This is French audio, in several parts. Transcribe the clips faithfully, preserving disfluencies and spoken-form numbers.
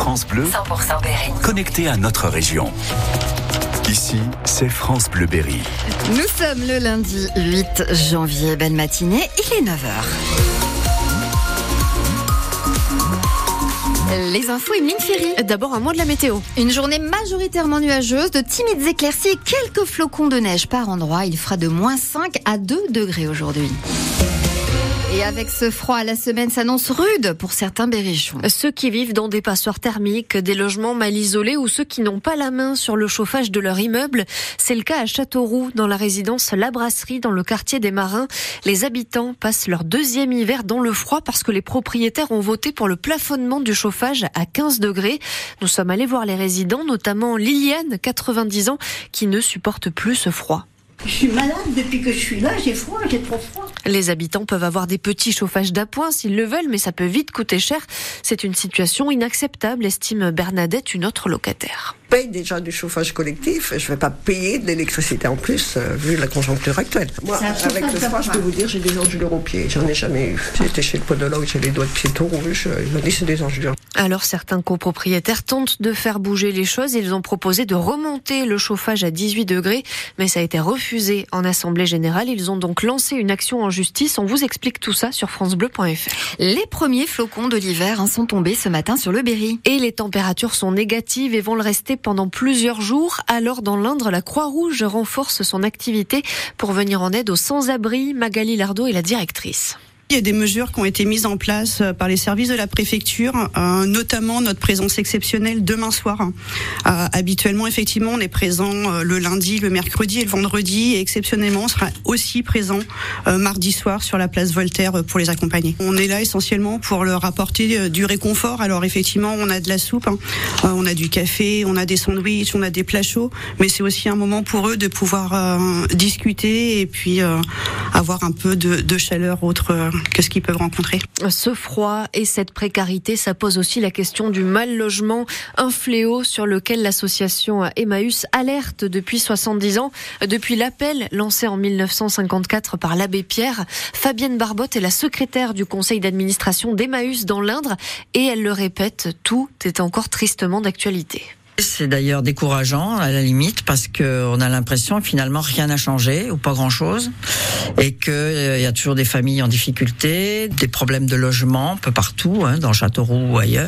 France Bleu, cent pour cent Berry. Connecté à notre région. Ici, c'est France Bleu Berry. Nous sommes le lundi huit janvier. Belle matinée, il est neuf heures. Les infos, Emeline Ferry. D'abord, un mot de la météo. Une journée majoritairement nuageuse, de timides éclaircies et quelques flocons de neige par endroit. Il fera de moins cinq à deux degrés aujourd'hui. Et avec ce froid, la semaine s'annonce rude pour certains berrichons. Ceux qui vivent dans des passoires thermiques, des logements mal isolés ou ceux qui n'ont pas la main sur le chauffage de leur immeuble. C'est le cas à Châteauroux, dans la résidence La Brasserie, dans le quartier des Marins. Les habitants passent leur deuxième hiver dans le froid parce que les propriétaires ont voté pour le plafonnement du chauffage à quinze degrés. Nous sommes allés voir les résidents, notamment Liliane, quatre-vingt-dix ans, qui ne supporte plus ce froid. Je suis malade depuis que je suis là, j'ai froid, j'ai trop froid. Les habitants peuvent avoir des petits chauffages d'appoint s'ils le veulent, mais ça peut vite coûter cher. C'est une situation inacceptable, estime Bernadette, une autre locataire. Je paye déjà du chauffage collectif, je ne vais pas payer de l'électricité en plus, euh, vu la conjoncture actuelle. Moi, avec le froid, je peux vous dire, j'ai des engelures aux pieds, j'en ai jamais eu. J'étais chez le podologue, j'ai les doigts de pied tout rouges, il m'a dit c'est des engelures. Alors certains copropriétaires tentent de faire bouger les choses, ils ont proposé de remonter le chauffage à dix-huit degrés, mais ça a été refusé en assemblée générale. Ils ont donc lancé une action en justice, on vous explique tout ça sur francebleu point f r. Les premiers flocons de l'hiver hein, sont tombés ce matin sur le Berry. Et les températures sont négatives et vont le rester pendant plusieurs jours. Alors dans l'Indre, la Croix-Rouge renforce son activité pour venir en aide aux sans-abri. Magali Lardot est la directrice. Il y a des mesures qui ont été mises en place par les services de la préfecture, euh, notamment notre présence exceptionnelle demain soir. Euh, habituellement, effectivement, on est présent euh, le lundi, le mercredi et le vendredi. Et exceptionnellement, on sera aussi présent euh, mardi soir sur la place Voltaire pour les accompagner. On est là essentiellement pour leur apporter euh, du réconfort. Alors effectivement, on a de la soupe, hein, euh, on a du café, on a des sandwichs, on a des plats chauds. Mais c'est aussi un moment pour eux de pouvoir euh, discuter et puis euh, avoir un peu de, de chaleur autre euh, que ce qu'ils peuvent rencontrer. Ce froid et cette précarité, ça pose aussi la question du mal logement, un fléau sur lequel l'association Emmaüs alerte depuis soixante-dix ans. Depuis l'appel lancé en mille neuf cent cinquante-quatre par l'abbé Pierre, Fabienne Barbotte est la secrétaire du conseil d'administration d'Emmaüs dans l'Indre et elle le répète, tout est encore tristement d'actualité. C'est d'ailleurs décourageant à la limite parce que on a l'impression que finalement rien n'a changé ou pas grand-chose et que il euh, y a toujours des familles en difficulté, des problèmes de logement un peu partout, hein, dans Châteauroux ou ailleurs.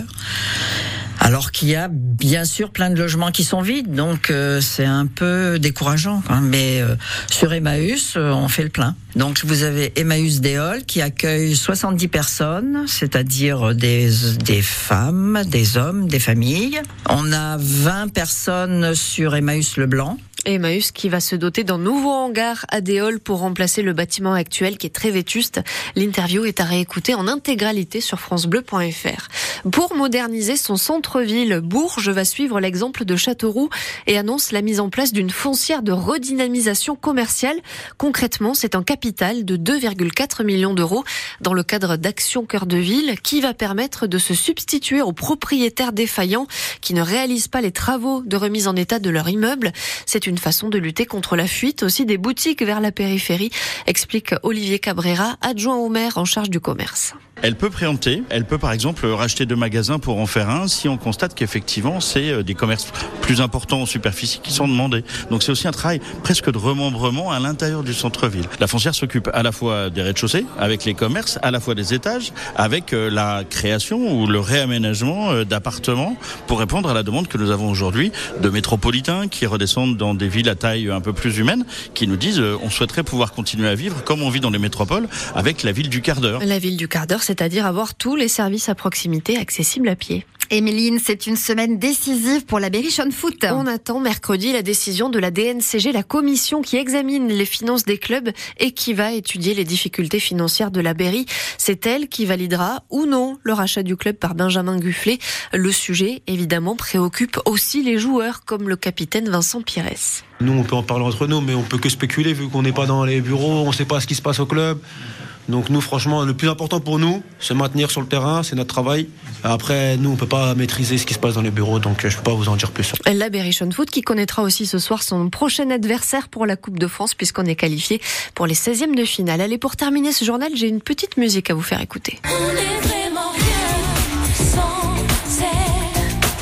Alors qu'il y a bien sûr plein de logements qui sont vides, donc euh, c'est un peu décourageant. Hein, mais euh, sur Emmaüs, euh, on fait le plein. Donc vous avez Emmaüs Déol qui accueille soixante-dix personnes, c'est-à-dire des, des femmes, des hommes, des familles. On a vingt personnes sur Emmaüs Leblanc. Emmaüs qui va se doter d'un nouveau hangar à Déol pour remplacer le bâtiment actuel qui est très vétuste. L'interview est à réécouter en intégralité sur francebleu point f r. Pour moderniser son centre-ville, Bourges va suivre l'exemple de Châteauroux et annonce la mise en place d'une foncière de redynamisation commerciale. Concrètement, c'est un capital de deux virgule quatre millions d'euros dans le cadre d'Action Cœur de Ville qui va permettre de se substituer aux propriétaires défaillants qui ne réalisent pas les travaux de remise en état de leur immeuble. C'est une façon de lutter contre la fuite aussi des boutiques vers la périphérie, explique Olivier Cabrera, adjoint au maire en charge du commerce. Elle peut préempter, elle peut par exemple racheter deux magasins pour en faire un si on constate qu'effectivement c'est des commerces plus importants en superficie qui sont demandés. Donc c'est aussi un travail presque de remembrement à l'intérieur du centre-ville. La foncière s'occupe à la fois des rez-de-chaussée avec les commerces, à la fois des étages avec la création ou le réaménagement d'appartements pour répondre à la demande que nous avons aujourd'hui de métropolitains qui redescendent dans des villes à taille un peu plus humaine, qui nous disent on souhaiterait pouvoir continuer à vivre comme on vit dans les métropoles avec la ville du quart d'heure. La ville du quart d'heure, c'est-à-dire avoir tous les services à proximité accessibles à pied. Emeline, c'est une semaine décisive pour la Berrichon Foot. On attend mercredi la décision de la D N C G, la commission qui examine les finances des clubs et qui va étudier les difficultés financières de la Berry. C'est elle qui validera ou non le rachat du club par Benjamin Gufflet. Le sujet, évidemment, préoccupe aussi les joueurs, comme le capitaine Vincent Pires. Nous, on peut en parler entre nous, mais on peut que spéculer vu qu'on n'est pas dans les bureaux, on ne sait pas ce qui se passe au club. Donc nous, franchement, le plus important pour nous, c'est maintenir sur le terrain, c'est notre travail. Après, nous, on ne peut pas maîtriser ce qui se passe dans les bureaux, donc je ne peux pas vous en dire plus. La Berrichon Foot qui connaîtra aussi ce soir son prochain adversaire pour la Coupe de France, puisqu'on est qualifié pour les seizièmes de finale. Allez, pour terminer ce journal, j'ai une petite musique à vous faire écouter. On est vraiment bien sans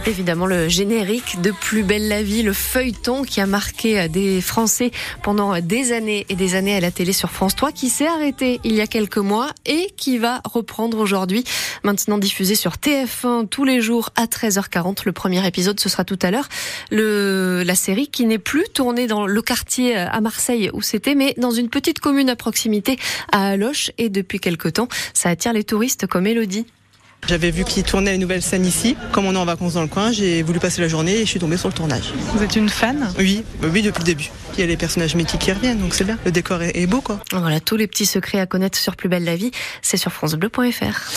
Évidemment, le générique de Plus belle la vie, le feuilleton qui a marqué des Français pendant des années et des années à la télé sur France trois, qui s'est arrêté il y a quelques mois et qui va reprendre aujourd'hui. Maintenant diffusé sur T F un tous les jours à treize heures quarante. Le premier épisode, ce sera tout à l'heure. Le, la série qui n'est plus tournée dans le quartier à Marseille où c'était, mais dans une petite commune à proximité, à Aloche. Et depuis quelque temps, ça attire les touristes comme Elodie. J'avais vu qu'ils tournaient une nouvelle scène ici. Comme on est en vacances dans le coin, j'ai voulu passer la journée et je suis tombée sur le tournage. Vous êtes une fan ? Oui, oui, depuis le début. Il y a les personnages mythiques qui reviennent, donc c'est bien. Le décor est beau, quoi. Voilà, tous les petits secrets à connaître sur Plus belle la vie, c'est sur francebleu point fr.